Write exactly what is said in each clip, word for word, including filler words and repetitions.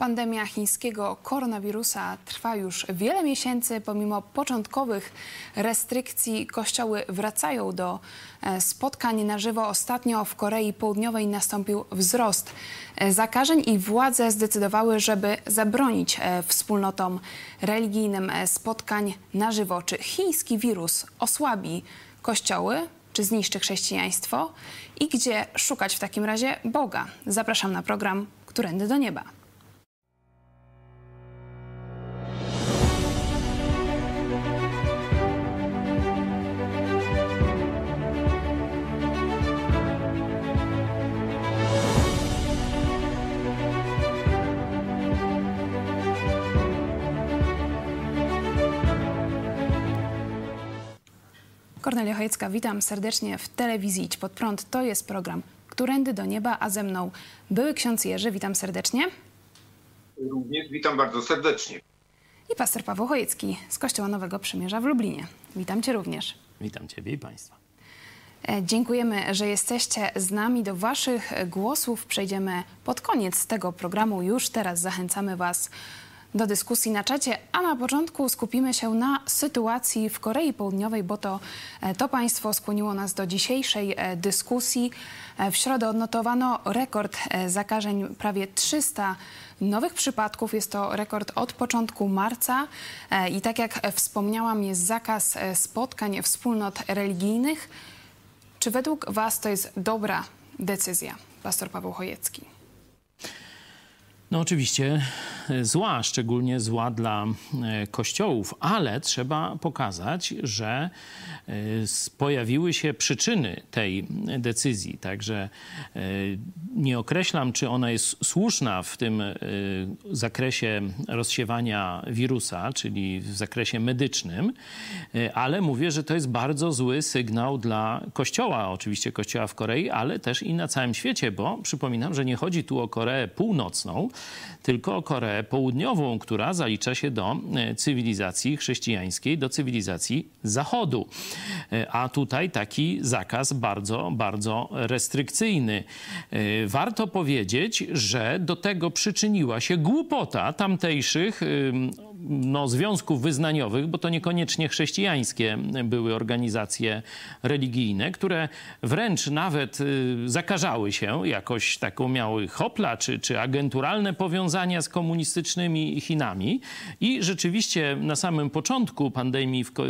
Pandemia chińskiego koronawirusa trwa już wiele miesięcy. Pomimo początkowych restrykcji kościoły wracają do spotkań na żywo. Ostatnio w Korei Południowej nastąpił wzrost zakażeń i władze zdecydowały, żeby zabronić wspólnotom religijnym spotkań na żywo. Czy chiński wirus osłabi kościoły, czy zniszczy chrześcijaństwo? I gdzie szukać w takim razie Boga? Zapraszam na program Którędy do Nieba. Kornelia Chojecka, witam serdecznie w telewizji Idź Pod Prąd. To jest program Którędy do Nieba, a ze mną były ksiądz Jerzy. Witam serdecznie. Również witam bardzo serdecznie. I pastor Paweł Chojecki z Kościoła Nowego Przymierza w Lublinie. Witam cię również. Witam ciebie i państwa. Dziękujemy, że jesteście z nami. Do waszych głosów przejdziemy pod koniec tego programu. Już teraz zachęcamy was do dyskusji na czacie, a na początku skupimy się na sytuacji w Korei Południowej, bo to, to państwo skłoniło nas do dzisiejszej dyskusji. W środę odnotowano rekord zakażeń, prawie trzysta nowych przypadków. Jest to rekord od początku marca i tak jak wspomniałam, jest zakaz spotkań wspólnot religijnych. Czy według was to jest dobra decyzja, pastor Paweł Chojecki? No oczywiście zła, szczególnie zła dla kościołów, ale trzeba pokazać, że pojawiły się przyczyny tej decyzji. Także nie określam, czy ona jest słuszna w tym zakresie rozsiewania wirusa, czyli w zakresie medycznym, ale mówię, że to jest bardzo zły sygnał dla Kościoła, oczywiście Kościoła w Korei, ale też i na całym świecie, bo przypominam, że nie chodzi tu o Koreę Północną, tylko o Koreę Południową, która zalicza się do cywilizacji chrześcijańskiej, do cywilizacji Zachodu. A tutaj taki zakaz bardzo, bardzo restrykcyjny. Warto powiedzieć, że do tego przyczyniła się głupota tamtejszych no, związków wyznaniowych, bo to niekoniecznie chrześcijańskie były organizacje religijne, które wręcz nawet zakażały się, jakoś taką miały hopla czy, czy agenturalne powiązania z komunistycznymi Chinami. I rzeczywiście na samym początku pandemii w,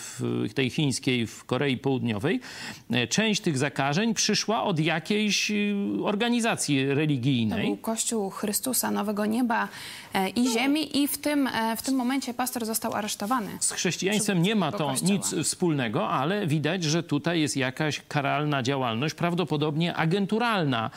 w tej chińskiej w Korei Południowej część tych zakażeń przyszła od jakiejś organizacji religijnej. To był Kościół Chrystusa Nowego Nieba i no. Ziemi i w tym, w tym momencie pastor został aresztowany. Z chrześcijaństwem nie ma to kościoła. Nic wspólnego, ale widać, że tutaj jest jakaś karalna działalność, prawdopodobnie agenturalna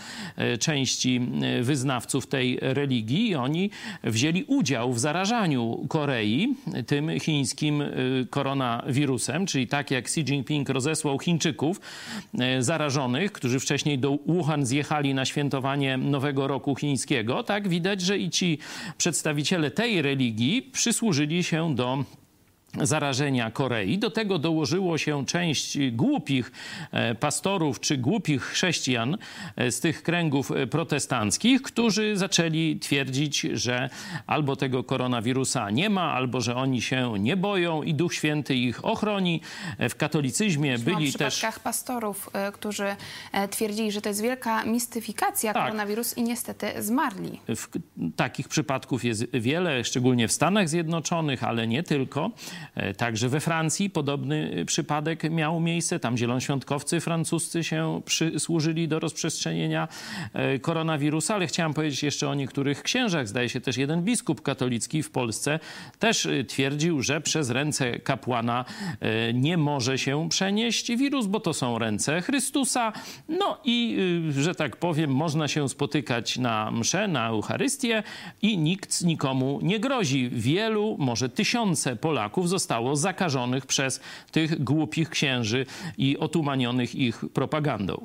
części wyznawców tej religii. I oni wzięli udział w zarażaniu Korei tym chińskim koronawirusem, czyli tak jak Xi Jinping rozesłał Chińczyków zarażonych, którzy wcześniej do Wuhan zjechali na świętowanie Nowego Roku Chińskiego, tak widać, że i ci przedstawiciele tej religii przysłużyli się do zarażenia Korei. Do tego dołożyło się część głupich pastorów czy głupich chrześcijan z tych kręgów protestanckich, którzy zaczęli twierdzić, że albo tego koronawirusa nie ma, albo że oni się nie boją i Duch Święty ich ochroni. W katolicyzmie Myśmy byli o przypadkach też pastorów, którzy twierdzili, że to jest wielka mistyfikacja, tak. Koronawirus i niestety zmarli. W takich przypadków jest wiele, szczególnie w Stanach Zjednoczonych, ale nie tylko. Także we Francji podobny przypadek miał miejsce. Tam zielonoświątkowcy francuscy się przysłużyli do rozprzestrzenienia koronawirusa, ale chciałem powiedzieć jeszcze o niektórych księżach. Zdaje się też jeden biskup katolicki w Polsce też twierdził, że przez ręce kapłana nie może się przenieść wirus, bo to są ręce Chrystusa. No i, że tak powiem, można się spotykać na mszę, na Eucharystię i nikt nikomu nie grozi. Wielu, może tysiące Polaków zostało zakażonych przez tych głupich księży i otumanionych ich propagandą.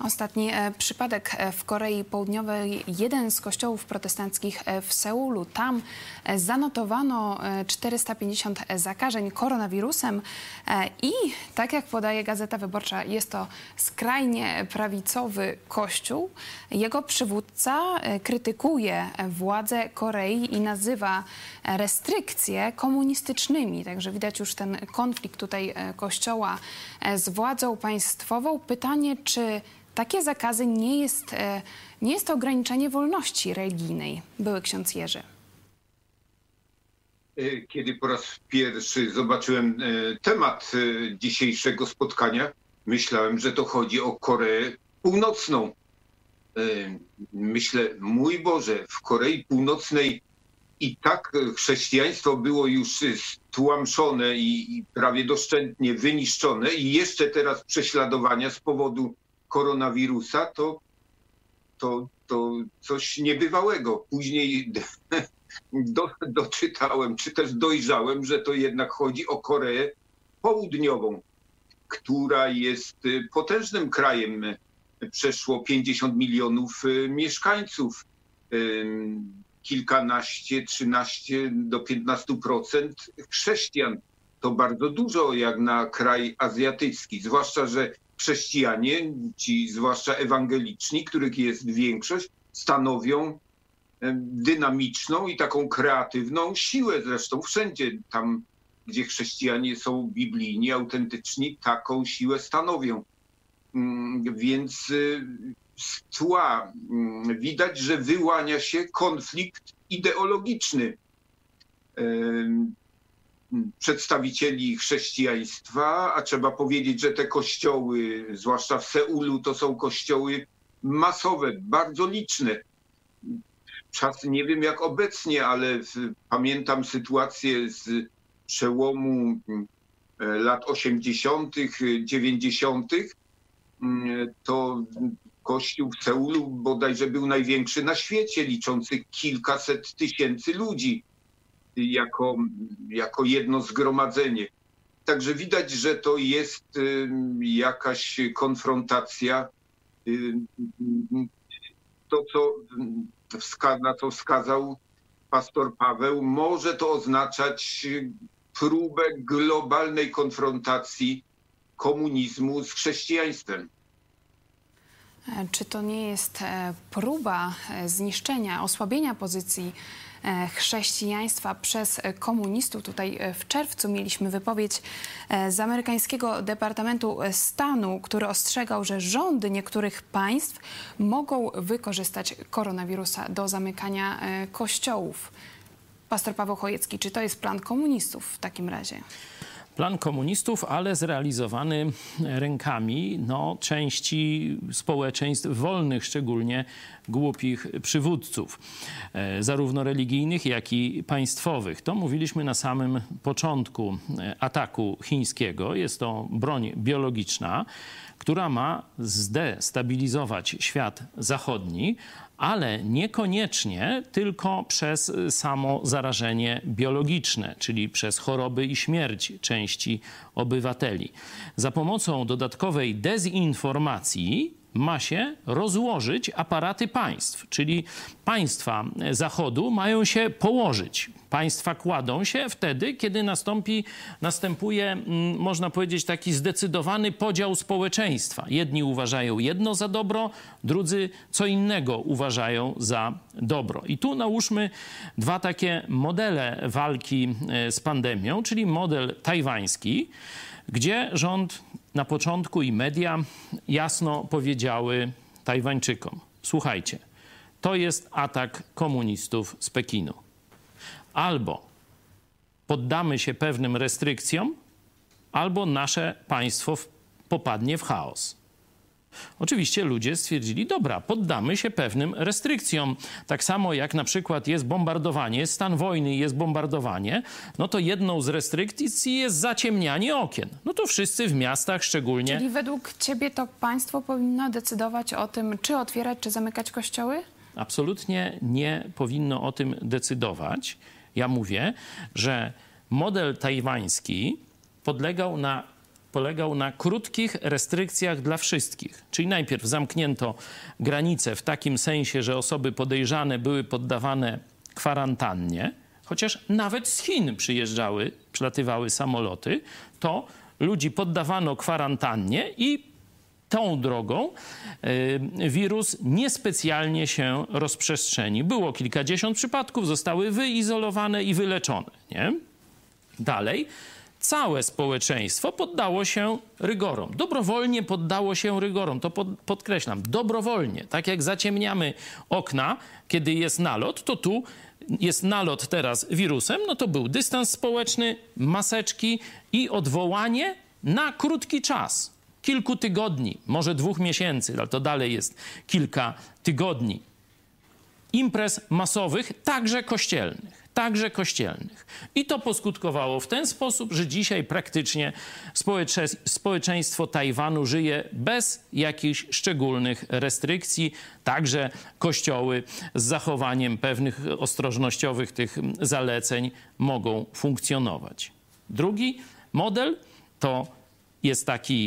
Ostatni przypadek w Korei Południowej. Jeden z kościołów protestanckich w Seulu. Tam zanotowano czterysta pięćdziesiąt zakażeń koronawirusem i tak jak podaje Gazeta Wyborcza, jest to skrajnie prawicowy kościół. Jego przywódca krytykuje władze Korei i nazywa restrykcje komunistycznymi. Także widać już ten konflikt tutaj kościoła z władzą państwową. Pytanie, czy takie zakazy nie jest, nie jest to ograniczenie wolności religijnej, były ksiądz Jerzy. Kiedy po raz pierwszy zobaczyłem temat dzisiejszego spotkania, myślałem, że to chodzi o Koreę Północną. Myślę, mój Boże, w Korei Północnej i tak chrześcijaństwo było już stłamszone i, i prawie doszczętnie wyniszczone i jeszcze teraz prześladowania z powodu koronawirusa, to, to, to coś niebywałego. Później do, doczytałem, czy też dojrzałem, że to jednak chodzi o Koreę Południową, która jest potężnym krajem. Przeszło pięćdziesiąt milionów mieszkańców, kilkanaście, trzynaście do piętnastu procent chrześcijan. To bardzo dużo jak na kraj azjatycki, zwłaszcza, że chrześcijanie, ci zwłaszcza ewangeliczni, których jest większość, stanowią dynamiczną i taką kreatywną siłę. Zresztą wszędzie tam, gdzie chrześcijanie są biblijni, autentyczni, taką siłę stanowią. Więc z tła widać, że wyłania się konflikt ideologiczny przedstawicieli chrześcijaństwa, a trzeba powiedzieć, że te kościoły, zwłaszcza w Seulu, to są kościoły masowe, bardzo liczne. Czas nie wiem jak obecnie, ale pamiętam sytuację z przełomu lat osiemdziesiątych, dziewięćdziesiątych. To kościół w Seulu bodajże był największy na świecie, liczący kilkaset tysięcy ludzi jako, jako jedno zgromadzenie. Także widać, że to jest jakaś konfrontacja. To, co na co wskazał pastor Paweł, może to oznaczać próbę globalnej konfrontacji komunizmu z chrześcijaństwem. Czy to nie jest próba zniszczenia, osłabienia pozycji chrześcijaństwa przez komunistów? Tutaj w czerwcu mieliśmy wypowiedź z amerykańskiego Departamentu Stanu, który ostrzegał, że rządy niektórych państw mogą wykorzystać koronawirusa do zamykania kościołów. Pastor Paweł Chojecki, czy to jest plan komunistów w takim razie? Plan komunistów, ale zrealizowany rękami no, części społeczeństw wolnych, szczególnie głupich przywódców, e, zarówno religijnych, jak i państwowych. To mówiliśmy na samym początku ataku chińskiego. Jest to broń biologiczna, która ma zdestabilizować świat zachodni, ale niekoniecznie tylko przez samo zarażenie biologiczne, czyli przez choroby i śmierć części obywateli. Za pomocą dodatkowej dezinformacji ma się rozłożyć aparaty państw, czyli państwa Zachodu mają się położyć. Państwa kładą się wtedy, kiedy nastąpi, następuje, można powiedzieć, taki zdecydowany podział społeczeństwa. Jedni uważają jedno za dobro, drudzy co innego uważają za dobro. I tu nałóżmy dwa takie modele walki z pandemią, czyli model tajwański, gdzie rząd na początku i media jasno powiedziały Tajwańczykom: słuchajcie, to jest atak komunistów z Pekinu. Albo poddamy się pewnym restrykcjom, albo nasze państwo popadnie w chaos. Oczywiście ludzie stwierdzili, dobra, poddamy się pewnym restrykcjom. Tak samo jak na przykład jest bombardowanie, stan wojny i jest bombardowanie, no to jedną z restrykcji jest zaciemnianie okien. No to wszyscy w miastach szczególnie... Czyli według ciebie to państwo powinno decydować o tym, czy otwierać, czy zamykać kościoły? Absolutnie nie powinno o tym decydować. Ja mówię, że model tajwański podlegał na polegał na krótkich restrykcjach dla wszystkich. Czyli najpierw zamknięto granice w takim sensie, że osoby podejrzane były poddawane kwarantannie, chociaż nawet z Chin przyjeżdżały, przylatywały samoloty, to ludzi poddawano kwarantannie i tą drogą y, wirus niespecjalnie się rozprzestrzeni. Było kilkadziesiąt przypadków, zostały wyizolowane i wyleczone. Nie? Dalej, całe społeczeństwo poddało się rygorom. Dobrowolnie poddało się rygorom. To pod, podkreślam, dobrowolnie. Tak jak zaciemniamy okna, kiedy jest nalot, to tu jest nalot teraz wirusem, no to był dystans społeczny, maseczki i odwołanie na krótki czas. Kilku tygodni, może dwóch miesięcy, ale to dalej jest kilka tygodni. Imprez masowych, także kościelnych. Także kościelnych. I to poskutkowało w ten sposób, że dzisiaj praktycznie społecze społeczeństwo Tajwanu żyje bez jakichś szczególnych restrykcji. Także kościoły z zachowaniem pewnych ostrożnościowych tych zaleceń mogą funkcjonować. Drugi model to jest taki,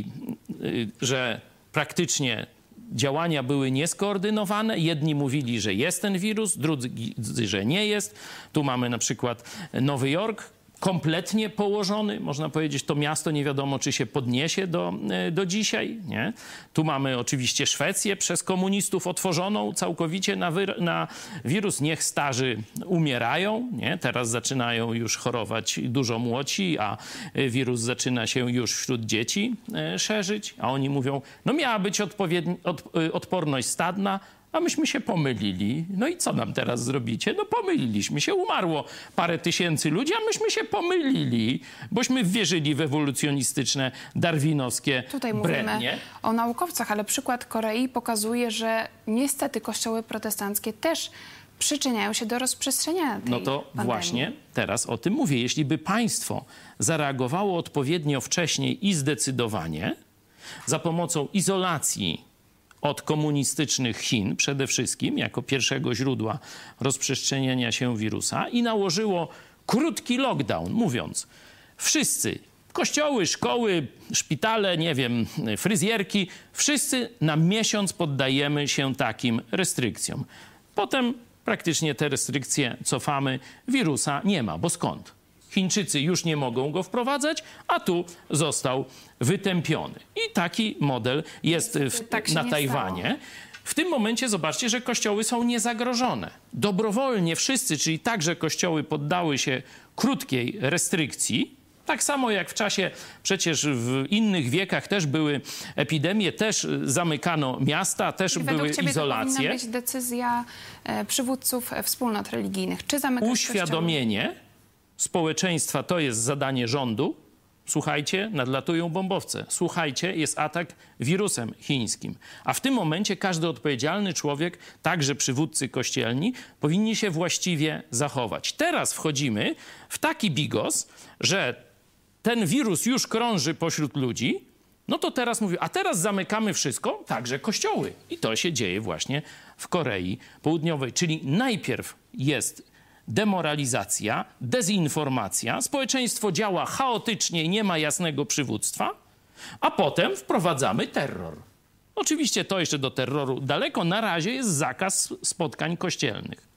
że praktycznie działania były nieskoordynowane. Jedni mówili, że jest ten wirus, drudzy, że nie jest. Tu mamy na przykład Nowy Jork, kompletnie położony. Można powiedzieć, to miasto nie wiadomo, czy się podniesie do, do dzisiaj. Nie? Tu mamy oczywiście Szwecję przez komunistów otworzoną całkowicie na, na wirus. Niech starzy umierają. Nie? Teraz zaczynają już chorować dużo młodsi, a wirus zaczyna się już wśród dzieci szerzyć. A oni mówią, no miała być odpowiedni, od, odporność stadna, a myśmy się pomylili. No i co nam teraz zrobicie? No pomyliliśmy się. Umarło parę tysięcy ludzi, a myśmy się pomylili, bośmy wierzyli w ewolucjonistyczne, darwinowskie Tutaj brednie. Mówimy o naukowcach, ale przykład Korei pokazuje, że niestety kościoły protestanckie też przyczyniają się do rozprzestrzeniania tej No to pandemii. właśnie teraz o tym mówię. Jeśli by państwo zareagowało odpowiednio wcześniej i zdecydowanie, za pomocą izolacji od komunistycznych Chin przede wszystkim, jako pierwszego źródła rozprzestrzeniania się wirusa i nałożyło krótki lockdown, mówiąc wszyscy, kościoły, szkoły, szpitale, nie wiem, fryzjerki, wszyscy na miesiąc poddajemy się takim restrykcjom. Potem praktycznie te restrykcje cofamy, wirusa nie ma, bo skąd? Chińczycy już nie mogą go wprowadzać, a tu został wytępiony. I taki model jest w, tak na Tajwanie. Stało. W tym momencie zobaczcie, że kościoły są niezagrożone. Dobrowolnie wszyscy, czyli także kościoły poddały się krótkiej restrykcji. Tak samo jak w czasie, przecież w innych wiekach też były epidemie, też zamykano miasta, też I były według ciebie izolacje. To powinna być decyzja e, przywódców wspólnot religijnych. Czy zamykać Uświadomienie społeczeństwa to jest zadanie rządu. Słuchajcie, nadlatują bombowce. Słuchajcie, jest atak wirusem chińskim. A w tym momencie każdy odpowiedzialny człowiek, także przywódcy kościelni, powinni się właściwie zachować. Teraz wchodzimy w taki bigos, że ten wirus już krąży pośród ludzi, no to teraz mówię, a teraz zamykamy wszystko, także kościoły. I to się dzieje właśnie w Korei Południowej. Czyli najpierw jest demoralizacja, dezinformacja, społeczeństwo działa chaotycznie i nie ma jasnego przywództwa, a potem wprowadzamy terror. Oczywiście to jeszcze do terroru daleko. Na razie jest zakaz spotkań kościelnych.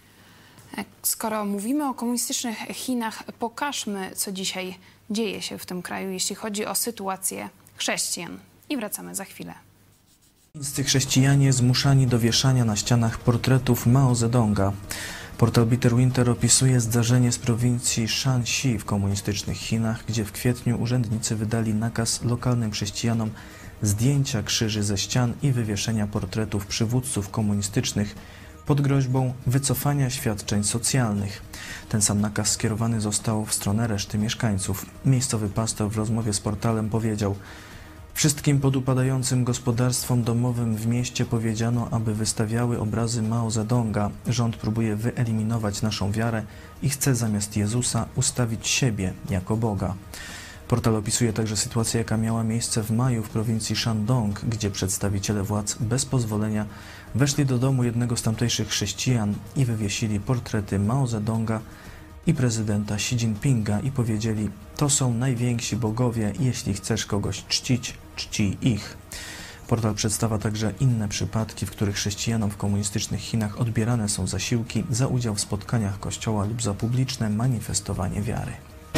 Skoro mówimy o komunistycznych Chinach, pokażmy, co dzisiaj dzieje się w tym kraju, jeśli chodzi o sytuację chrześcijan. I wracamy za chwilę. Chińscy chrześcijanie zmuszani do wieszania na ścianach portretów Mao Zedonga. Portal Bitter Winter opisuje zdarzenie z prowincji Shanxi w komunistycznych Chinach, gdzie w kwietniu urzędnicy wydali nakaz lokalnym chrześcijanom zdjęcia krzyży ze ścian i wywieszenia portretów przywódców komunistycznych pod groźbą wycofania świadczeń socjalnych. Ten sam nakaz skierowany został w stronę reszty mieszkańców. Miejscowy pastor w rozmowie z portalem powiedział: wszystkim podupadającym gospodarstwom domowym w mieście powiedziano, aby wystawiały obrazy Mao Zedonga. Rząd próbuje wyeliminować naszą wiarę i chce zamiast Jezusa ustawić siebie jako Boga. Portal opisuje także sytuację, jaka miała miejsce w maju w prowincji Shandong, gdzie przedstawiciele władz bez pozwolenia weszli do domu jednego z tamtejszych chrześcijan i wywiesili portrety Mao Zedonga i prezydenta Xi Jinpinga i powiedzieli: to są najwięksi bogowie, jeśli chcesz kogoś czcić, czci ich. Portal przedstawia także inne przypadki, w których chrześcijanom w komunistycznych Chinach odbierane są zasiłki za udział w spotkaniach kościoła lub za publiczne manifestowanie wiary.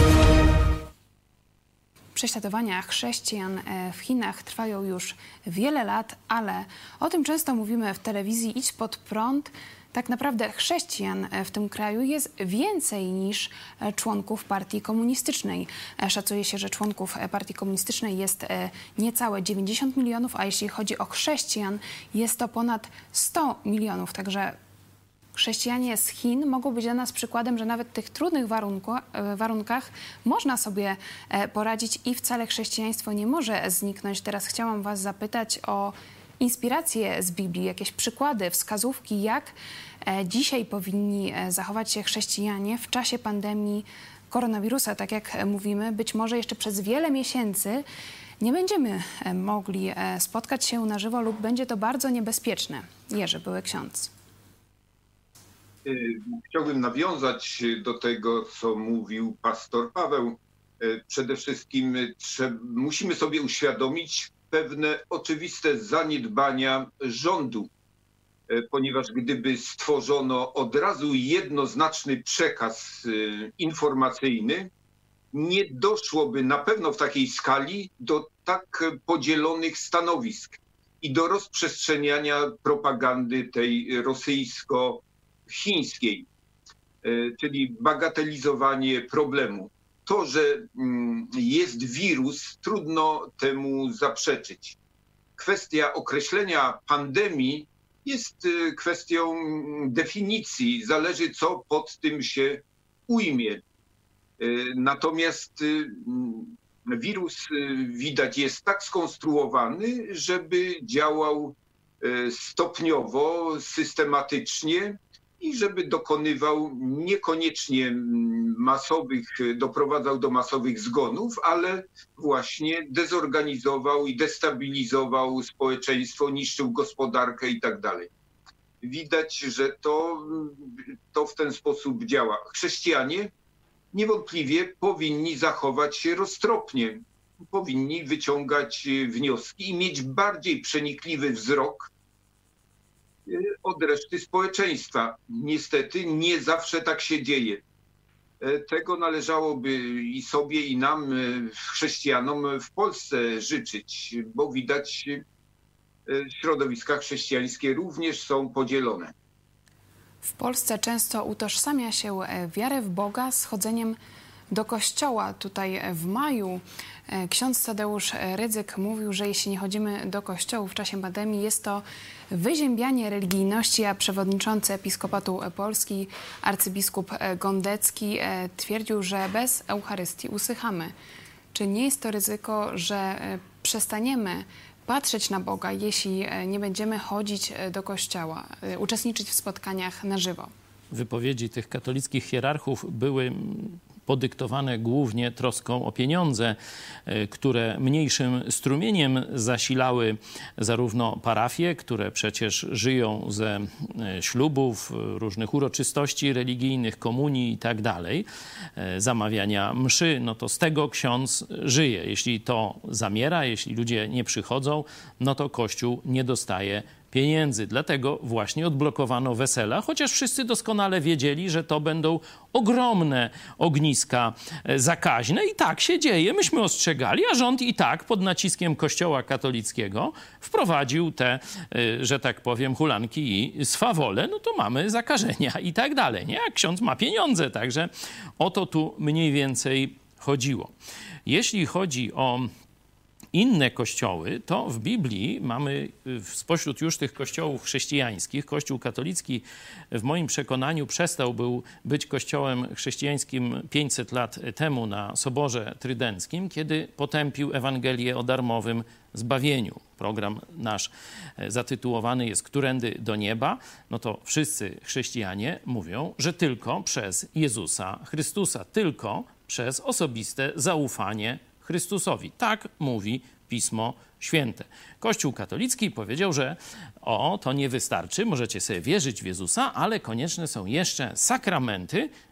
Prześladowania chrześcijan w Chinach trwają już wiele lat, ale o tym często mówimy w telewizji Idź Pod Prąd. Tak naprawdę chrześcijan w tym kraju jest więcej niż członków partii komunistycznej. Szacuje się, że członków partii komunistycznej jest niecałe dziewięćdziesiąt milionów, a jeśli chodzi o chrześcijan, jest to ponad sto milionów. Także chrześcijanie z Chin mogą być dla nas przykładem, że nawet w tych trudnych warunku, warunkach można sobie poradzić i wcale chrześcijaństwo nie może zniknąć. Teraz chciałam was zapytać o inspiracje z Biblii, jakieś przykłady, wskazówki, jak dzisiaj powinni zachować się chrześcijanie w czasie pandemii koronawirusa. Tak jak mówimy, być może jeszcze przez wiele miesięcy nie będziemy mogli spotkać się na żywo lub będzie to bardzo niebezpieczne. Jerzy, były ksiądz. Chciałbym nawiązać do tego, co mówił pastor Paweł. Przede wszystkim trzeba, musimy sobie uświadomić pewne oczywiste zaniedbania rządu, ponieważ gdyby stworzono od razu jednoznaczny przekaz informacyjny, nie doszłoby na pewno w takiej skali do tak podzielonych stanowisk i do rozprzestrzeniania propagandy tej rosyjsko-chińskiej, czyli bagatelizowanie problemu. To, że jest wirus, trudno temu zaprzeczyć. Kwestia określenia pandemii jest kwestią definicji, zależy co pod tym się ujmie. Natomiast wirus, widać, jest tak skonstruowany, żeby działał stopniowo, systematycznie i żeby dokonywał niekoniecznie masowych, doprowadzał do masowych zgonów, ale właśnie dezorganizował i destabilizował społeczeństwo, niszczył gospodarkę i tak dalej. Widać, że to, to w ten sposób działa. Chrześcijanie niewątpliwie powinni zachować się roztropnie, powinni wyciągać wnioski i mieć bardziej przenikliwy wzrok od reszty społeczeństwa. Niestety nie zawsze tak się dzieje. Tego należałoby i sobie, i nam, chrześcijanom w Polsce życzyć, bo widać, środowiska chrześcijańskie również są podzielone. W Polsce często utożsamia się wiarę w Boga z chodzeniem do kościoła. Tutaj w maju ksiądz Tadeusz Rydzyk mówił, że jeśli nie chodzimy do kościołu w czasie pandemii, jest to wyziębianie religijności, a przewodniczący Episkopatu Polski, arcybiskup Gondecki, twierdził, że bez Eucharystii usychamy. Czy nie jest to ryzyko, że przestaniemy patrzeć na Boga, jeśli nie będziemy chodzić do kościoła, uczestniczyć w spotkaniach na żywo? Wypowiedzi tych katolickich hierarchów były podyktowane głównie troską o pieniądze, które mniejszym strumieniem zasilały zarówno parafie, które przecież żyją ze ślubów, różnych uroczystości religijnych, komunii i tak dalej, zamawiania mszy, no to z tego ksiądz żyje. Jeśli to zamiera, jeśli ludzie nie przychodzą, no to Kościół nie dostaje pieniędzy. Dlatego właśnie odblokowano wesela, chociaż wszyscy doskonale wiedzieli, że to będą ogromne ogniska zakaźne i tak się dzieje. Myśmy ostrzegali, a rząd i tak pod naciskiem Kościoła katolickiego wprowadził te, że tak powiem, hulanki i swawole, no to mamy zakażenia i tak dalej, nie? A ksiądz ma pieniądze, także o to tu mniej więcej chodziło. Jeśli chodzi o inne kościoły, to w Biblii mamy spośród już tych kościołów chrześcijańskich, Kościół katolicki w moim przekonaniu przestał był być kościołem chrześcijańskim pięćset lat temu na Soborze Trydenckim, kiedy potępił Ewangelię o darmowym zbawieniu. Program nasz zatytułowany jest Którędy do nieba. No to wszyscy chrześcijanie mówią, że tylko przez Jezusa Chrystusa, tylko przez osobiste zaufanie Chrystusowi. Tak mówi Pismo Święte. Kościół katolicki powiedział, że o, to nie wystarczy, możecie sobie wierzyć w Jezusa, ale konieczne są jeszcze sakramenty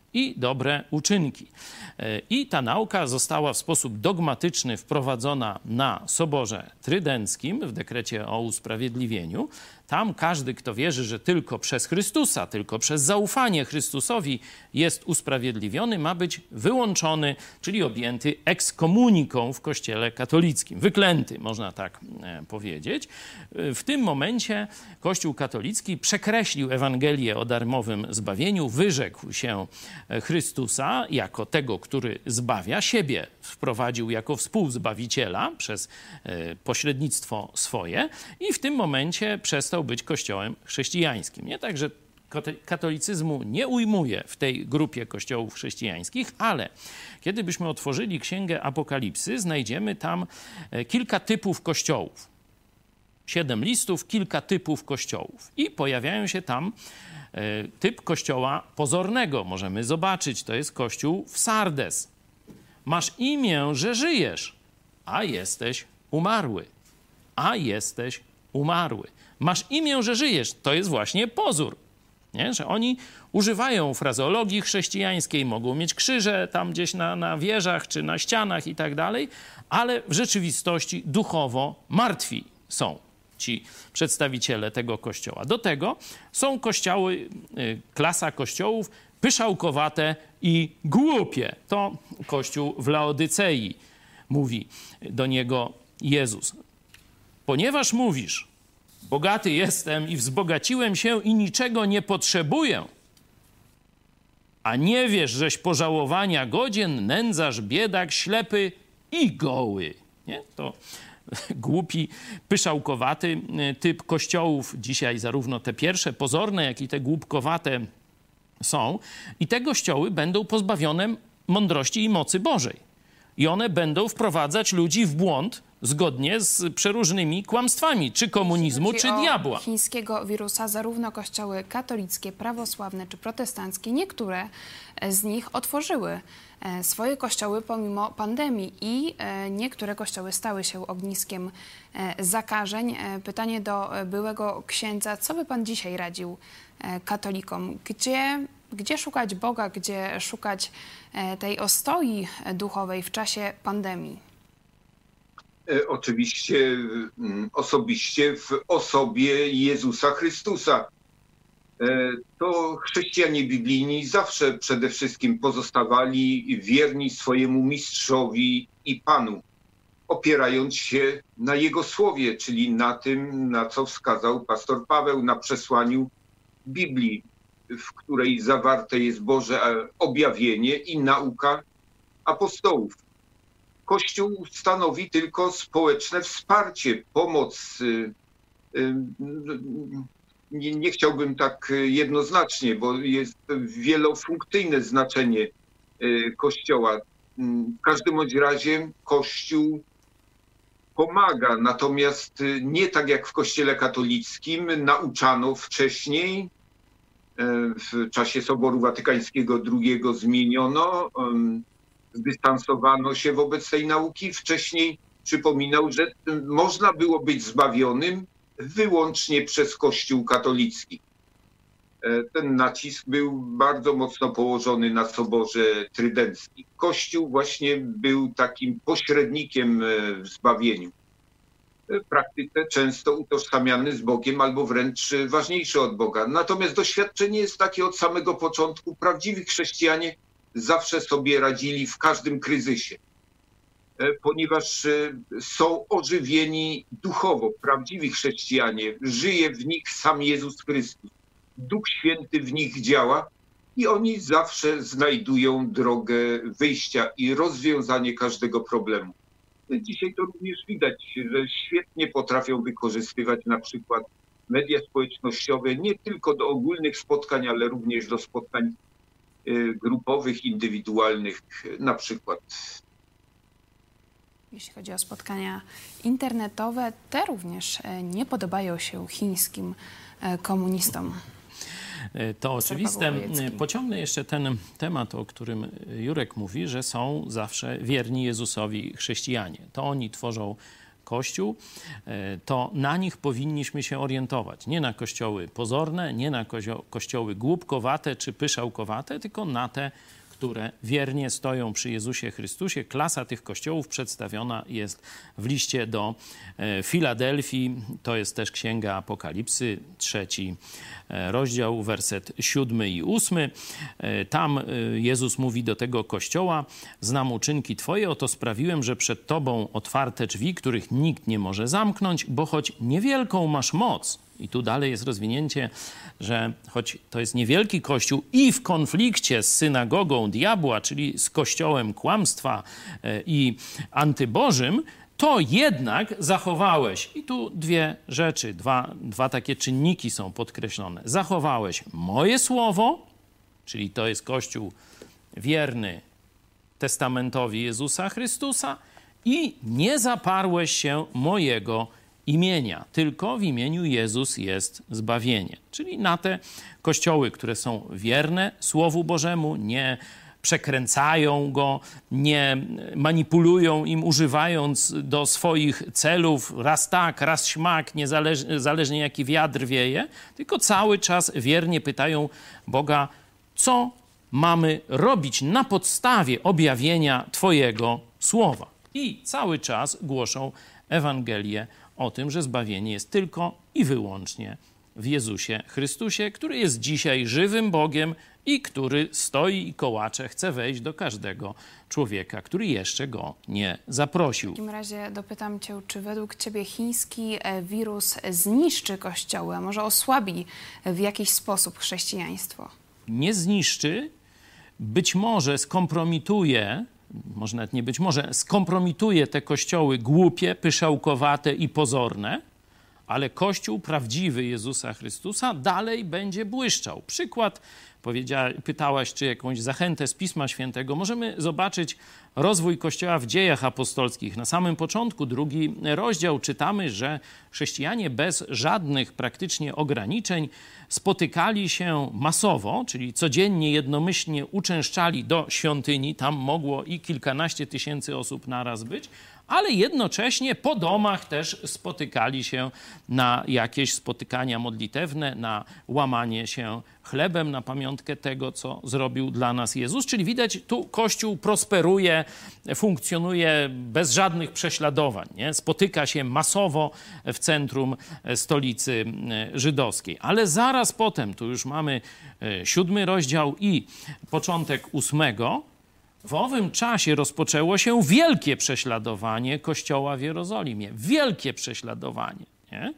i dobre uczynki. I ta nauka została w sposób dogmatyczny wprowadzona na Soborze Trydenckim w dekrecie o usprawiedliwieniu. Tam każdy, kto wierzy, że tylko przez Chrystusa, tylko przez zaufanie Chrystusowi jest usprawiedliwiony, ma być wyłączony, czyli objęty ekskomuniką w Kościele katolickim. Wyklęty, można tak powiedzieć. W tym momencie Kościół katolicki przekreślił Ewangelię o darmowym zbawieniu, wyrzekł się Chrystusa jako tego, który zbawia, siebie wprowadził jako współzbawiciela przez pośrednictwo swoje i w tym momencie przestał być kościołem chrześcijańskim. Nie? Także katolicyzmu nie ujmuje w tej grupie kościołów chrześcijańskich, ale kiedy byśmy otworzyli Księgę Apokalipsy, znajdziemy tam kilka typów kościołów. Siedem listów, kilka typów kościołów. I pojawiają się tam typ kościoła pozornego. Możemy zobaczyć, to jest kościół w Sardes. Masz imię, że żyjesz, a jesteś umarły. A jesteś umarły. Masz imię, że żyjesz. To jest właśnie pozór. Nie? Że oni używają frazeologii chrześcijańskiej, mogą mieć krzyże tam gdzieś na, na wieżach czy na ścianach i tak dalej, ale w rzeczywistości duchowo martwi są ci przedstawiciele tego kościoła. Do tego są kościoły, klasa kościołów pyszałkowate i głupie. To kościół w Laodycei, mówi do niego Jezus. Ponieważ mówisz, bogaty jestem i wzbogaciłem się i niczego nie potrzebuję, a nie wiesz, żeś pożałowania godzien, nędzarz, biedak, ślepy i goły. Nie? To głupi, pyszałkowaty typ kościołów. Dzisiaj zarówno te pierwsze pozorne, jak i te głupkowate są. I te kościoły będą pozbawione mądrości i mocy Bożej. I one będą wprowadzać ludzi w błąd zgodnie z przeróżnymi kłamstwami, czy komunizmu, czy diabła. Chińskiego wirusa zarówno kościoły katolickie, prawosławne czy protestanckie, niektóre z nich otworzyły swoje kościoły pomimo pandemii i niektóre kościoły stały się ogniskiem zakażeń. Pytanie do byłego księdza, co by pan dzisiaj radził katolikom? Gdzie, gdzie szukać Boga, gdzie szukać tej ostoi duchowej w czasie pandemii? Oczywiście osobiście w osobie Jezusa Chrystusa. To chrześcijanie biblijni zawsze przede wszystkim pozostawali wierni swojemu mistrzowi i Panu, opierając się na Jego słowie, czyli na tym, na co wskazał pastor Paweł, na przesłaniu Biblii, w której zawarte jest Boże objawienie i nauka apostołów. Kościół stanowi tylko społeczne wsparcie, pomoc. Nie, nie chciałbym tak jednoznacznie, bo jest wielofunkcyjne znaczenie Kościoła. W każdym bądź razie Kościół pomaga, natomiast nie tak jak w Kościele katolickim nauczano wcześniej, w czasie Soboru Watykańskiego drugiego zmieniono, zdystansowano się wobec tej nauki. Wcześniej przypominał, że można było być zbawionym wyłącznie przez Kościół katolicki. Ten nacisk był bardzo mocno położony na Soborze Trydenckim. Kościół właśnie był takim pośrednikiem w zbawieniu. W praktyce często utożsamiany z Bogiem albo wręcz ważniejszy od Boga. Natomiast doświadczenie jest takie od samego początku. Prawdziwi chrześcijanie zawsze sobie radzili w każdym kryzysie, ponieważ są ożywieni duchowo. Prawdziwi chrześcijanie, żyje w nich sam Jezus Chrystus. Duch Święty w nich działa i oni zawsze znajdują drogę wyjścia i rozwiązanie każdego problemu. Dzisiaj to również widać, że świetnie potrafią wykorzystywać na przykład media społecznościowe nie tylko do ogólnych spotkań, ale również do spotkań grupowych, indywidualnych na przykład. Jeśli chodzi o spotkania internetowe, te również nie podobają się chińskim komunistom. To oczywiste. Pociągnę jeszcze ten temat, o którym Jurek mówi, że są zawsze wierni Jezusowi chrześcijanie. To oni tworzą Kościół, to na nich powinniśmy się orientować. Nie na kościoły pozorne, nie na kościoły głupkowate czy pyszałkowate, tylko na te, które wiernie stoją przy Jezusie Chrystusie. Klasa tych kościołów przedstawiona jest w liście do Filadelfii. To jest też Księga Apokalipsy, trzeci rozdział, werset siódmy i ósmy. Tam Jezus mówi do tego kościoła: znam uczynki Twoje, oto sprawiłem, że przed Tobą otwarte drzwi, których nikt nie może zamknąć, bo choć niewielką masz moc. I tu dalej jest rozwinięcie, że choć to jest niewielki kościół i w konflikcie z synagogą diabła, czyli z kościołem kłamstwa i antybożym, to jednak zachowałeś. I tu dwie rzeczy, dwa, dwa takie czynniki są podkreślone. Zachowałeś moje słowo, czyli to jest kościół wierny testamentowi Jezusa Chrystusa, i nie zaparłeś się mojego imienia, tylko w imieniu Jezus jest zbawienie. Czyli na te kościoły, które są wierne Słowu Bożemu, nie przekręcają go, nie manipulują im, używając do swoich celów raz tak, raz śmak, niezależnie zależnie jaki wiatr wieje, tylko cały czas wiernie pytają Boga, co mamy robić na podstawie objawienia Twojego Słowa. I cały czas głoszą Ewangelię o tym, że zbawienie jest tylko i wyłącznie w Jezusie Chrystusie, który jest dzisiaj żywym Bogiem i który stoi i kołacze, chce wejść do każdego człowieka, który jeszcze go nie zaprosił. W takim razie dopytam Cię, czy według Ciebie chiński wirus zniszczy kościoły, a może osłabi w jakiś sposób chrześcijaństwo? Nie zniszczy, być może skompromituje, może nawet nie być może, skompromituje te kościoły głupie, pyszałkowate i pozorne, ale Kościół prawdziwy Jezusa Chrystusa dalej będzie błyszczał. Przykład, powiedziała, pytałaś, czy jakąś zachętę z Pisma Świętego. Możemy zobaczyć rozwój Kościoła w Dziejach Apostolskich. Na samym początku, drugi rozdział, czytamy, że chrześcijanie bez żadnych praktycznie ograniczeń spotykali się masowo, czyli codziennie, jednomyślnie uczęszczali do świątyni. Tam mogło i kilkanaście tysięcy osób naraz być, ale jednocześnie po domach też spotykali się na jakieś spotykania modlitewne, na łamanie się chlebem, na pamiątkę tego, co zrobił dla nas Jezus. Czyli widać, tu Kościół prosperuje, funkcjonuje bez żadnych prześladowań, nie? Spotyka się masowo w centrum stolicy żydowskiej. Ale zaraz potem, tu już mamy siódmy rozdział i początek ósmego, w owym czasie rozpoczęło się wielkie prześladowanie Kościoła w Jerozolimie. Wielkie prześladowanie. Nie?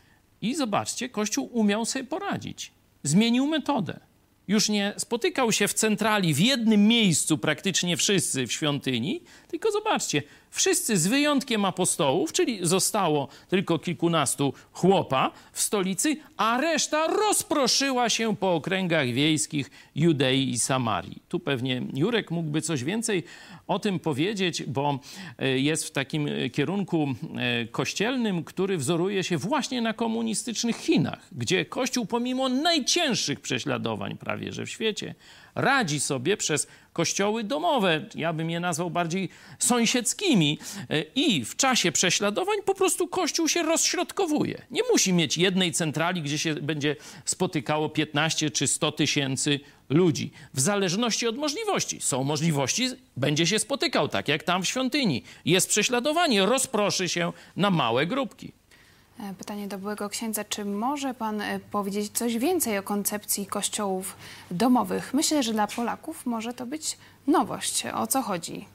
I zobaczcie, Kościół umiał sobie poradzić. Zmienił metodę. Już nie spotykał się w centrali, w jednym miejscu praktycznie wszyscy w świątyni, tylko zobaczcie, wszyscy z wyjątkiem apostołów, czyli zostało tylko kilkunastu chłopa w stolicy, a reszta rozproszyła się po okręgach wiejskich Judei i Samarii. Tu pewnie Jurek mógłby coś więcej o tym powiedzieć, bo jest w takim kierunku kościelnym, który wzoruje się właśnie na komunistycznych Chinach, gdzie Kościół pomimo najcięższych prześladowań prawie że w świecie radzi sobie przez kościoły domowe, ja bym je nazwał bardziej sąsiedzkimi, i w czasie prześladowań po prostu Kościół się rozśrodkowuje. Nie musi mieć jednej centrali, gdzie się będzie spotykało piętnaście czy sto tysięcy ludzi. W zależności od możliwości. Są możliwości, będzie się spotykał, tak jak tam w świątyni. Jest prześladowanie, rozproszy się na małe grupki. Pytanie do byłego księdza, czy może pan powiedzieć coś więcej o koncepcji kościołów domowych? Myślę, że dla Polaków może to być nowość. O co chodzi?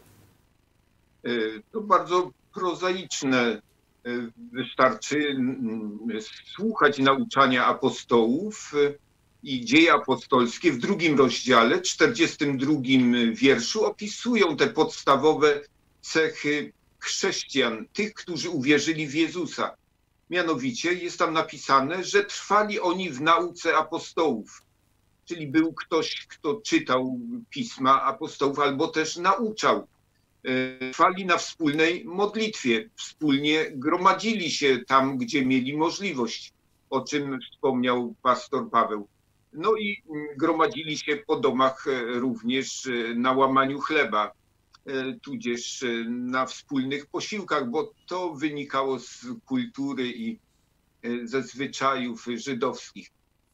To bardzo prozaiczne. Wystarczy słuchać nauczania apostołów i Dzieje apostolskie w drugim rozdziale, czterdziestym drugim wierszu opisują te podstawowe cechy chrześcijan, tych, którzy uwierzyli w Jezusa. Mianowicie jest tam napisane, że trwali oni w nauce apostołów. Czyli był ktoś, kto czytał pisma apostołów albo też nauczał. Trwali na wspólnej modlitwie, wspólnie gromadzili się tam, gdzie mieli możliwość, o czym wspomniał pastor Paweł. No i gromadzili się po domach również na łamaniu chleba. tudzież na wspólnych posiłkach, bo to wynikało z kultury i ze zwyczajów żydowskich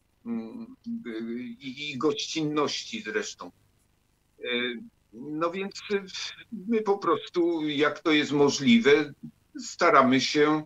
i gościnności zresztą. No więc my po prostu, jak to jest możliwe, staramy się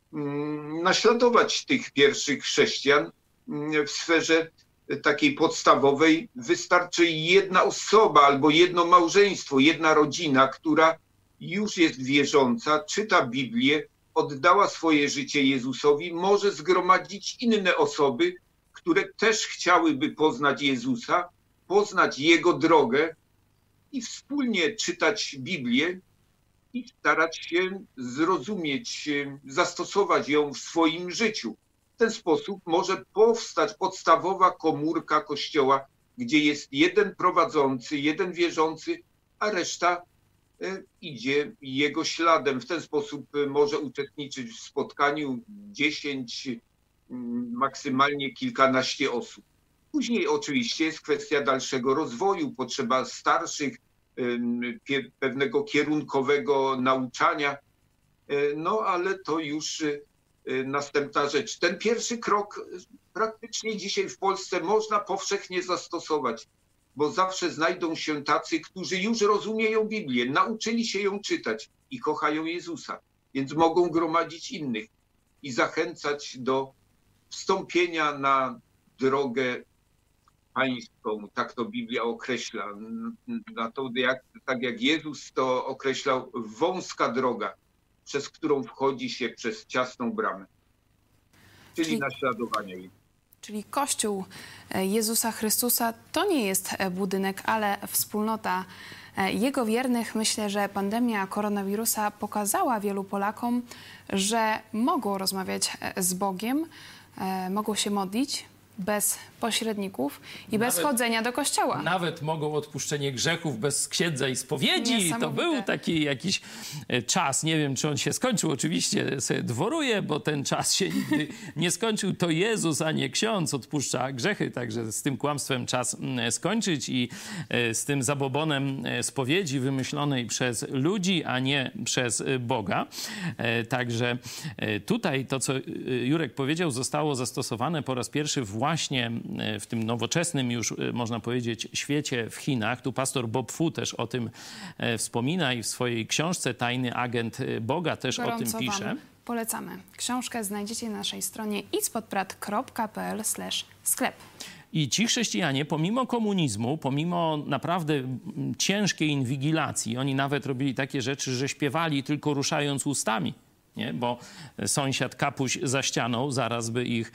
naśladować tych pierwszych chrześcijan w sferze takiej podstawowej. Wystarczy jedna osoba albo jedno małżeństwo, jedna rodzina, która już jest wierząca, czyta Biblię, oddała swoje życie Jezusowi, może zgromadzić inne osoby, które też chciałyby poznać Jezusa, poznać Jego drogę i wspólnie czytać Biblię i starać się zrozumieć, zastosować ją w swoim życiu. W ten sposób może powstać podstawowa komórka Kościoła, gdzie jest jeden prowadzący, jeden wierzący, a reszta idzie jego śladem. W ten sposób może uczestniczyć w spotkaniu dziesięć, maksymalnie kilkanaście osób. Później oczywiście jest kwestia dalszego rozwoju, potrzeba starszych, pewnego kierunkowego nauczania, no ale to już następna rzecz. Ten pierwszy krok praktycznie dzisiaj w Polsce można powszechnie zastosować, bo zawsze znajdą się tacy, którzy już rozumieją Biblię, nauczyli się ją czytać i kochają Jezusa, więc mogą gromadzić innych i zachęcać do wstąpienia na drogę pańską, tak to Biblia określa, na to, jak, tak jak Jezus to określał, wąska droga, przez którą wchodzi się przez ciasną bramę, czyli, czyli naśladowanie jej. Czyli Kościół Jezusa Chrystusa to nie jest budynek, ale wspólnota Jego wiernych. Myślę, że pandemia koronawirusa pokazała wielu Polakom, że mogą rozmawiać z Bogiem, mogą się modlić bez pośredników i nawet, bez chodzenia do kościoła. Nawet mogą odpuszczenie grzechów bez księdza i spowiedzi. To był taki jakiś czas, nie wiem, czy on się skończył. Oczywiście sobie dworuję, bo ten czas się nigdy nie skończył. To Jezus, a nie ksiądz odpuszcza grzechy. Także z tym kłamstwem czas skończyć i z tym zabobonem spowiedzi wymyślonej przez ludzi, a nie przez Boga. Także tutaj to, co Jurek powiedział, zostało zastosowane po raz pierwszy właśnie w tym nowoczesnym już, można powiedzieć, świecie w Chinach. Tu pastor Bob Fu też o tym wspomina i w swojej książce Tajny agent Boga też Gorąco o tym pisze. Wam polecamy. Książkę znajdziecie na naszej stronie idzpodprat kropka pl slash sklep. I ci chrześcijanie, pomimo komunizmu, pomimo naprawdę ciężkiej inwigilacji, oni nawet robili takie rzeczy, że śpiewali tylko ruszając ustami. Nie? Bo sąsiad kapuś za ścianą zaraz by ich,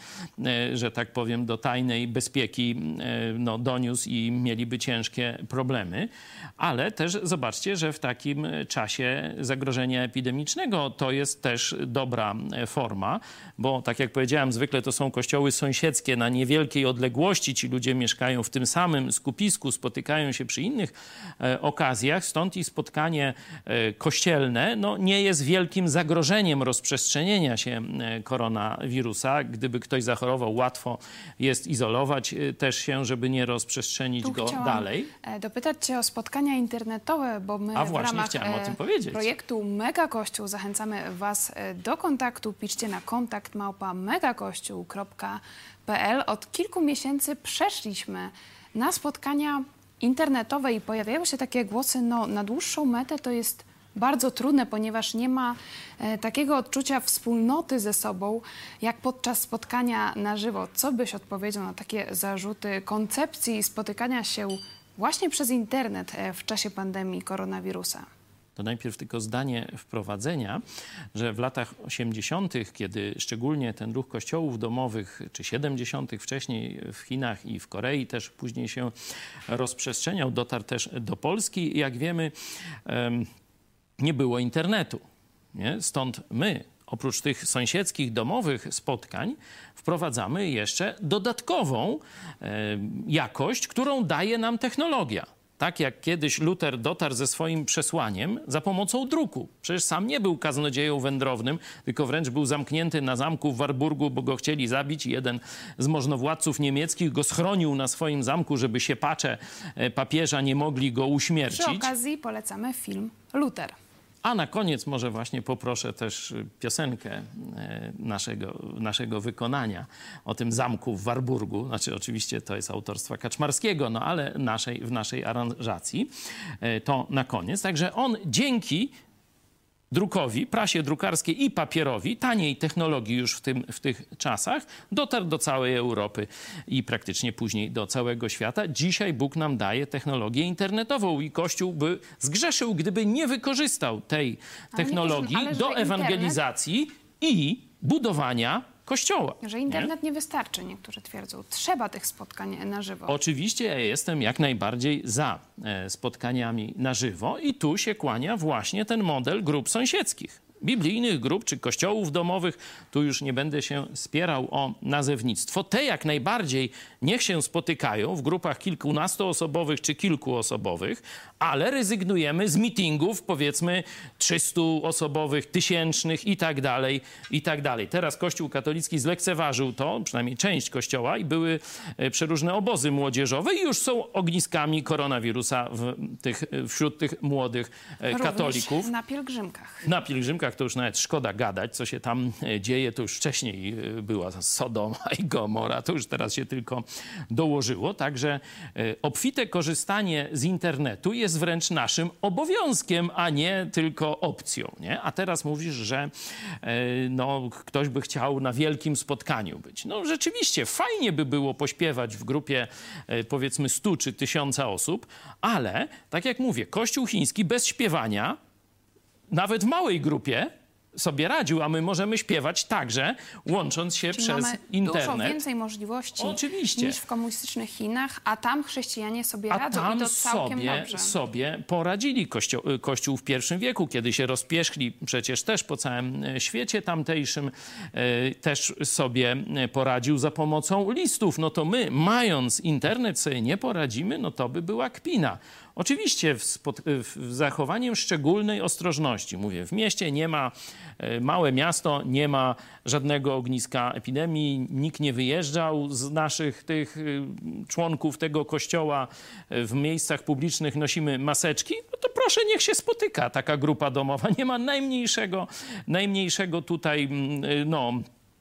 że tak powiem, do tajnej bezpieki no, doniósł i mieliby ciężkie problemy. Ale też zobaczcie, że w takim czasie zagrożenia epidemicznego to jest też dobra forma, bo tak jak powiedziałem, zwykle to są kościoły sąsiedzkie na niewielkiej odległości. Ci ludzie mieszkają w tym samym skupisku, spotykają się przy innych okazjach, stąd i spotkanie kościelne no, nie jest wielkim zagrożeniem rozprzestrzenienia się koronawirusa. Gdyby ktoś zachorował, łatwo jest izolować też się, żeby nie rozprzestrzenić tu go dalej. Dopytać cię o spotkania internetowe, bo my A w właśnie, ramach chciałem o tym powiedzieć. projektu Mega Kościół zachęcamy was do kontaktu. Piszcie na kontakt małpa megakościół kropka pl. Od kilku miesięcy przeszliśmy na spotkania internetowe i pojawiają się takie głosy, no na dłuższą metę to jest bardzo trudne, ponieważ nie ma e, takiego odczucia wspólnoty ze sobą, jak podczas spotkania na żywo. Co byś odpowiedział na takie zarzuty koncepcji spotykania się właśnie przez internet e, w czasie pandemii koronawirusa? To najpierw tylko zdanie wprowadzenia, że w latach osiemdziesiątych, kiedy szczególnie ten ruch kościołów domowych, czy siedemdziesiątych wcześniej w Chinach i w Korei też później się rozprzestrzeniał, dotarł też do Polski. Jak wiemy, em, nie było internetu. Nie? Stąd my, oprócz tych sąsiedzkich, domowych spotkań, wprowadzamy jeszcze dodatkową e, jakość, którą daje nam technologia. tak jak kiedyś Luter dotarł ze swoim przesłaniem za pomocą druku. Przecież sam nie był kaznodzieją wędrownym, tylko wręcz był zamknięty na zamku w Warburgu, bo go chcieli zabić. Jeden z możnowładców niemieckich go schronił na swoim zamku, żeby siepacze papieża nie mogli go uśmiercić. Przy okazji polecamy film Luter. A na koniec może właśnie poproszę też piosenkę naszego, naszego wykonania o tym zamku w Warburgu. Znaczy oczywiście to jest autorstwa Kaczmarskiego, no ale naszej, w naszej aranżacji. To na koniec. Także on dzięki drukowi, prasie drukarskiej i papierowi, taniej technologii już w, tym, w tych czasach, dotarł do całej Europy i praktycznie później do całego świata. Dzisiaj Bóg nam daje technologię internetową i Kościół by zgrzeszył, gdyby nie wykorzystał tej technologii ale do że ewangelizacji internet... i budowania Kościoła. Że internet nie? nie wystarczy, niektórzy twierdzą. Trzeba tych spotkań na żywo. Oczywiście ja jestem jak najbardziej za spotkaniami na żywo i tu się kłania właśnie ten model grup sąsiedzkich. Biblijnych grup czy kościołów domowych, tu już nie będę się spierał o nazewnictwo. Te jak najbardziej niech się spotykają w grupach kilkunastoosobowych czy kilkuosobowych, ale rezygnujemy z meetingów, powiedzmy trzystuosobowych, tysięcznych i tak dalej, i tak dalej. Teraz Kościół katolicki zlekceważył to, przynajmniej część Kościoła, i były przeróżne obozy młodzieżowe i już są ogniskami koronawirusa w tych, wśród tych młodych Również katolików. na pielgrzymkach. Na pielgrzymkach to już nawet szkoda gadać, co się tam dzieje. To już wcześniej była Sodoma i Gomora, to już teraz się tylko dołożyło. Także obfite korzystanie z internetu jest wręcz naszym obowiązkiem, a nie tylko opcją. Nie? A teraz mówisz, że no, ktoś by chciał na wielkim spotkaniu być. No rzeczywiście, fajnie by było pośpiewać w grupie powiedzmy stu czy tysiąca osób, ale tak jak mówię, Kościół chiński bez śpiewania nawet w małej grupie sobie radził, a my możemy śpiewać także, łącząc się Czyli przez mamy internet. dużo więcej możliwości Oczywiście. niż w komunistycznych Chinach, a tam chrześcijanie sobie A radzą tam i to całkiem sobie, dobrze. sobie poradzili Kościół, Kościół w pierwszym wieku, kiedy się rozpierzchli przecież też po całym świecie tamtejszym, e, też sobie poradził za pomocą listów. No to my, mając internet, sobie nie poradzimy, no to by była kpina. Oczywiście w, w zachowaniem szczególnej ostrożności. Mówię, w mieście nie ma, małe miasto, nie ma żadnego ogniska epidemii, nikt nie wyjeżdżał z naszych tych członków tego kościoła. W miejscach publicznych nosimy maseczki, no to proszę, niech się spotyka taka grupa domowa. Nie ma najmniejszego, najmniejszego tutaj, no,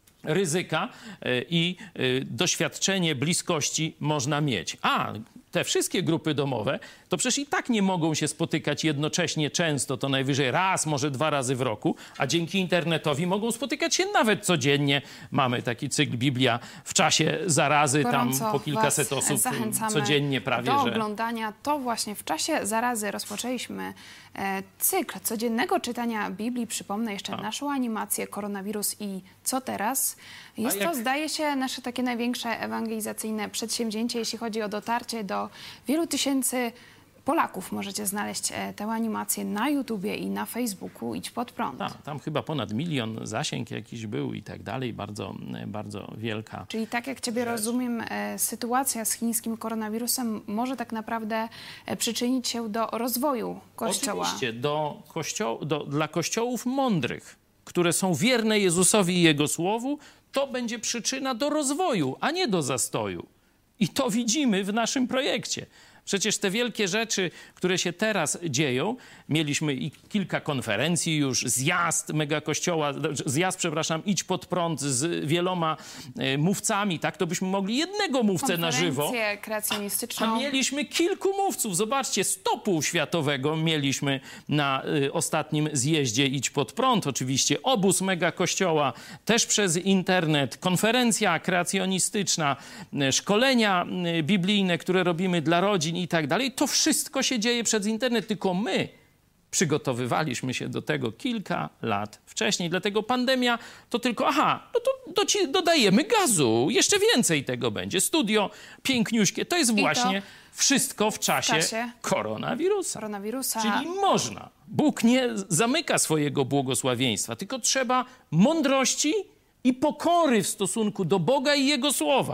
ryzyka i doświadczenie bliskości można mieć. A te wszystkie grupy domowe, to przecież i tak nie mogą się spotykać jednocześnie często, to najwyżej raz, może dwa razy w roku, a dzięki internetowi mogą spotykać się nawet codziennie. Mamy taki cykl Biblia w czasie zarazy, Gorąco tam po kilkaset was osób zachęcamy codziennie prawie, do że... oglądania. To właśnie w czasie zarazy rozpoczęliśmy e, cykl codziennego czytania Biblii. Przypomnę jeszcze a. naszą animację Koronawirus i co teraz. Jest jak... to, zdaje się, nasze takie największe ewangelizacyjne przedsięwzięcie, jeśli chodzi o dotarcie do wielu tysięcy Polaków. Możecie znaleźć tę animację na YouTubie i na Facebooku. Idź pod prąd. Ta, tam chyba ponad milion zasięg jakiś był i tak dalej. Bardzo, bardzo wielka. Czyli tak jak ciebie rzecz. rozumiem, e, sytuacja z chińskim koronawirusem może tak naprawdę e, przyczynić się do rozwoju Kościoła. Oczywiście, do kościo- do, dla kościołów mądrych, które są wierne Jezusowi i Jego Słowu, to będzie przyczyna do rozwoju, a nie do zastoju. I to widzimy w naszym projekcie. Przecież te wielkie rzeczy, które się teraz dzieją, mieliśmy i kilka konferencji już, zjazd megakościoła, zjazd, przepraszam, Idź pod prąd z wieloma e, mówcami, tak? To byśmy mogli jednego mówcę na żywo. Konferencję kreacjonistyczną. A mieliśmy kilku mówców. Zobaczcie, stopu światowego mieliśmy na y, ostatnim zjeździe Idź pod prąd. Oczywiście obóz megakościoła, też przez internet, konferencja kreacjonistyczna, y, szkolenia y, biblijne, które robimy dla rodzin i tak dalej. To wszystko się dzieje przez internet, tylko my przygotowywaliśmy się do tego kilka lat wcześniej. Dlatego pandemia to tylko, aha, no to doci- dodajemy gazu. Jeszcze więcej tego będzie. Studio piękniuśkie. To jest właśnie to wszystko w czasie, w czasie koronawirusa. koronawirusa. Czyli można. Bóg nie zamyka swojego błogosławieństwa, tylko trzeba mądrości i pokory w stosunku do Boga i Jego Słowa.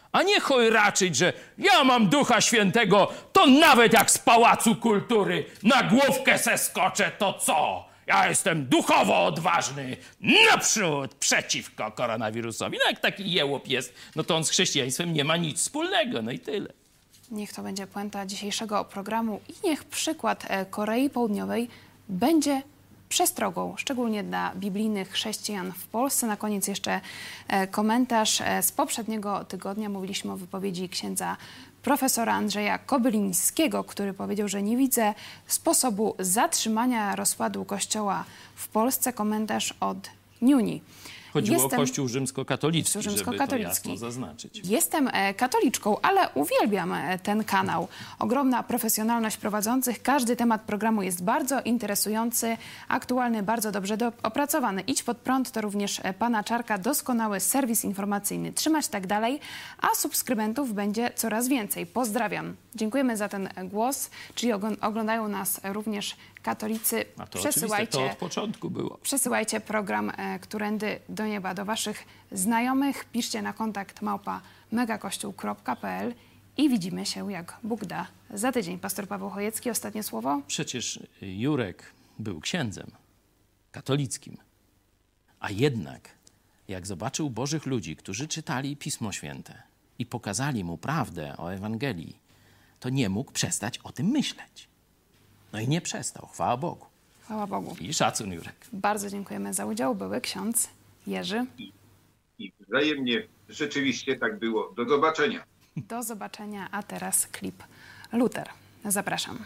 A nie chojraczyć, że ja mam Ducha Świętego, to nawet jak z Pałacu Kultury na główkę se skoczę, to co? Ja jestem duchowo odważny, naprzód, przeciwko koronawirusowi. No jak taki jełop jest, no to on z chrześcijaństwem nie ma nic wspólnego, no i tyle. Niech to będzie puenta dzisiejszego programu i niech przykład Korei Południowej będzie przestrogą, szczególnie dla biblijnych chrześcijan w Polsce. Na koniec jeszcze komentarz z poprzedniego tygodnia. Mówiliśmy o wypowiedzi księdza profesora Andrzeja Kobylińskiego, który powiedział, że nie widzę sposobu zatrzymania rozpadu Kościoła w Polsce. Komentarz od Niuni. Chodziło Jestem... o Kościół rzymskokatolicki, rzymskokatolicki. żeby to jasno zaznaczyć. Jestem katoliczką, ale uwielbiam ten kanał. Ogromna profesjonalność prowadzących. Każdy temat programu jest bardzo interesujący, aktualny, bardzo dobrze do, opracowany. Idź pod prąd to również pana Czarka, doskonały serwis informacyjny. Trzymać tak dalej, a subskrybentów będzie coraz więcej. Pozdrawiam. Dziękujemy za ten głos, czyli oglądają nas również katolicy. A to przesyłajcie, to od początku było. Przesyłajcie program e, Którędy do Nieba do waszych znajomych. Piszcie na kontakt małpa megakościół kropka p l i widzimy się, jak Bóg da, za tydzień. Pastor Paweł Chojecki, ostatnie słowo. Przecież Jurek był księdzem katolickim, a jednak jak zobaczył Bożych ludzi, którzy czytali Pismo Święte i pokazali mu prawdę o Ewangelii, to nie mógł przestać o tym myśleć. No i nie przestał, chwała Bogu. Chwała Bogu. I szacun, Jurek. Bardzo dziękujemy za udział. Były ksiądz Jerzy. I, I wzajemnie rzeczywiście tak było. Do zobaczenia. Do zobaczenia, a teraz klip Luther. Zapraszam.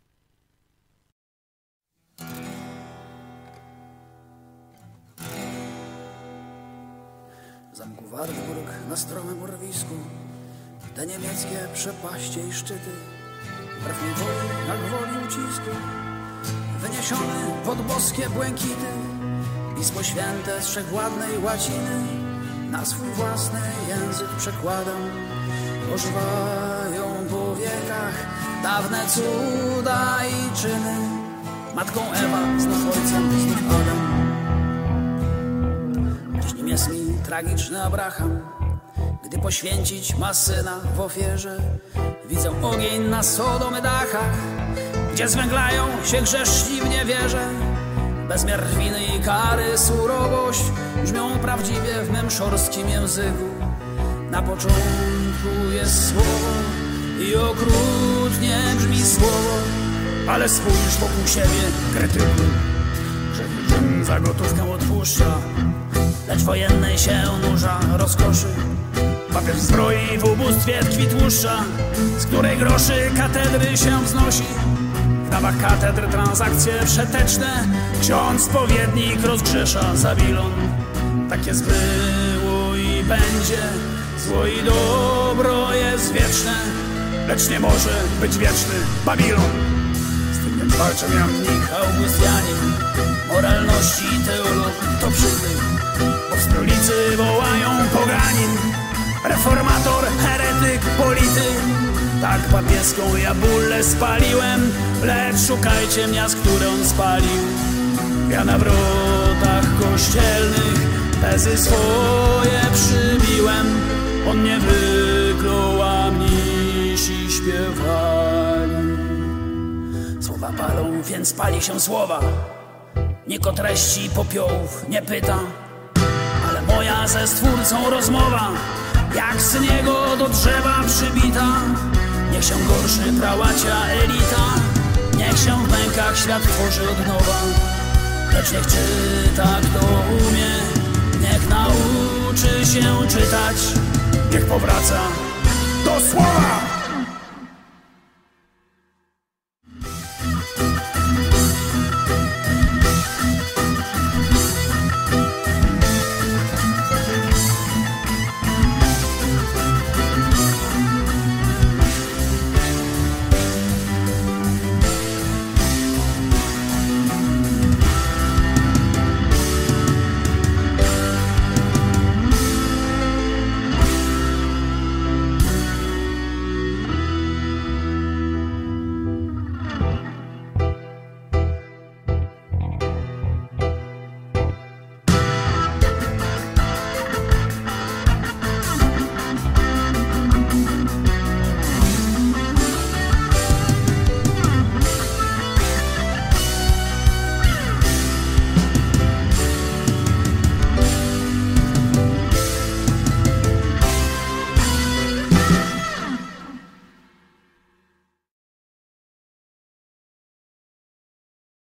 W zamku Wartburg na stromym urwisku te niemieckie przepaście i szczyty, wbrew mej woli, jak woli ucisku, wyniesiony pod boskie błękity, Pismo Święte z wszechwładnej łaciny na swój własny język przekładam. Ożywają po wiekach dawne cuda i czyny, matką Ewa, znów ojcem, znów Adam. Dziś nim jest mi tragiczny Abraham, gdy poświęcić ma syna w ofierze. Widzę ogień na Sodomy dachach, gdzie zwęglają się grzeszni w niewierze. Bezmiar winy i kary, surowość brzmią prawdziwie w mym szorstkim języku. Na początku jest słowo i okrutnie brzmi słowo, ale spójrz wokół siebie, krytyku. Że za gotówkę odpuszcza, lecz wojennej się nurza rozkoszy. Papież zbroi w ubóstwie tkwi tłuszcza, z której groszy katedry się wznosi. W dawach katedr transakcje przeteczne, ksiądz spowiednik rozgrzesza Zabilon. Tak jest było i będzie, zło i dobro jest wieczne, lecz nie może być wieczny Babilon. Z tym więc walczą Jamnik, Augustianin, moralności teolog to przytyk, bo w stolicy wołają poganin. Reformator, heretyk, polityk. Tak papieską ja bullę spaliłem, lecz szukajcie miast, które on spalił. Ja na wrotach kościelnych tezy swoje przybiłem. On nie wyklął, a mnisi śpiewali. Słowa palą, więc pali się słowa. Nikt o treści popiołów nie pyta, ale moja ze Stwórcą rozmowa, jak z niego do drzewa przybita. Niech się gorszy prałacia elita, niech się w mękach świat tworzy od nowa. Lecz niech czyta kto umie, niech nauczy się czytać, niech powraca do słowa.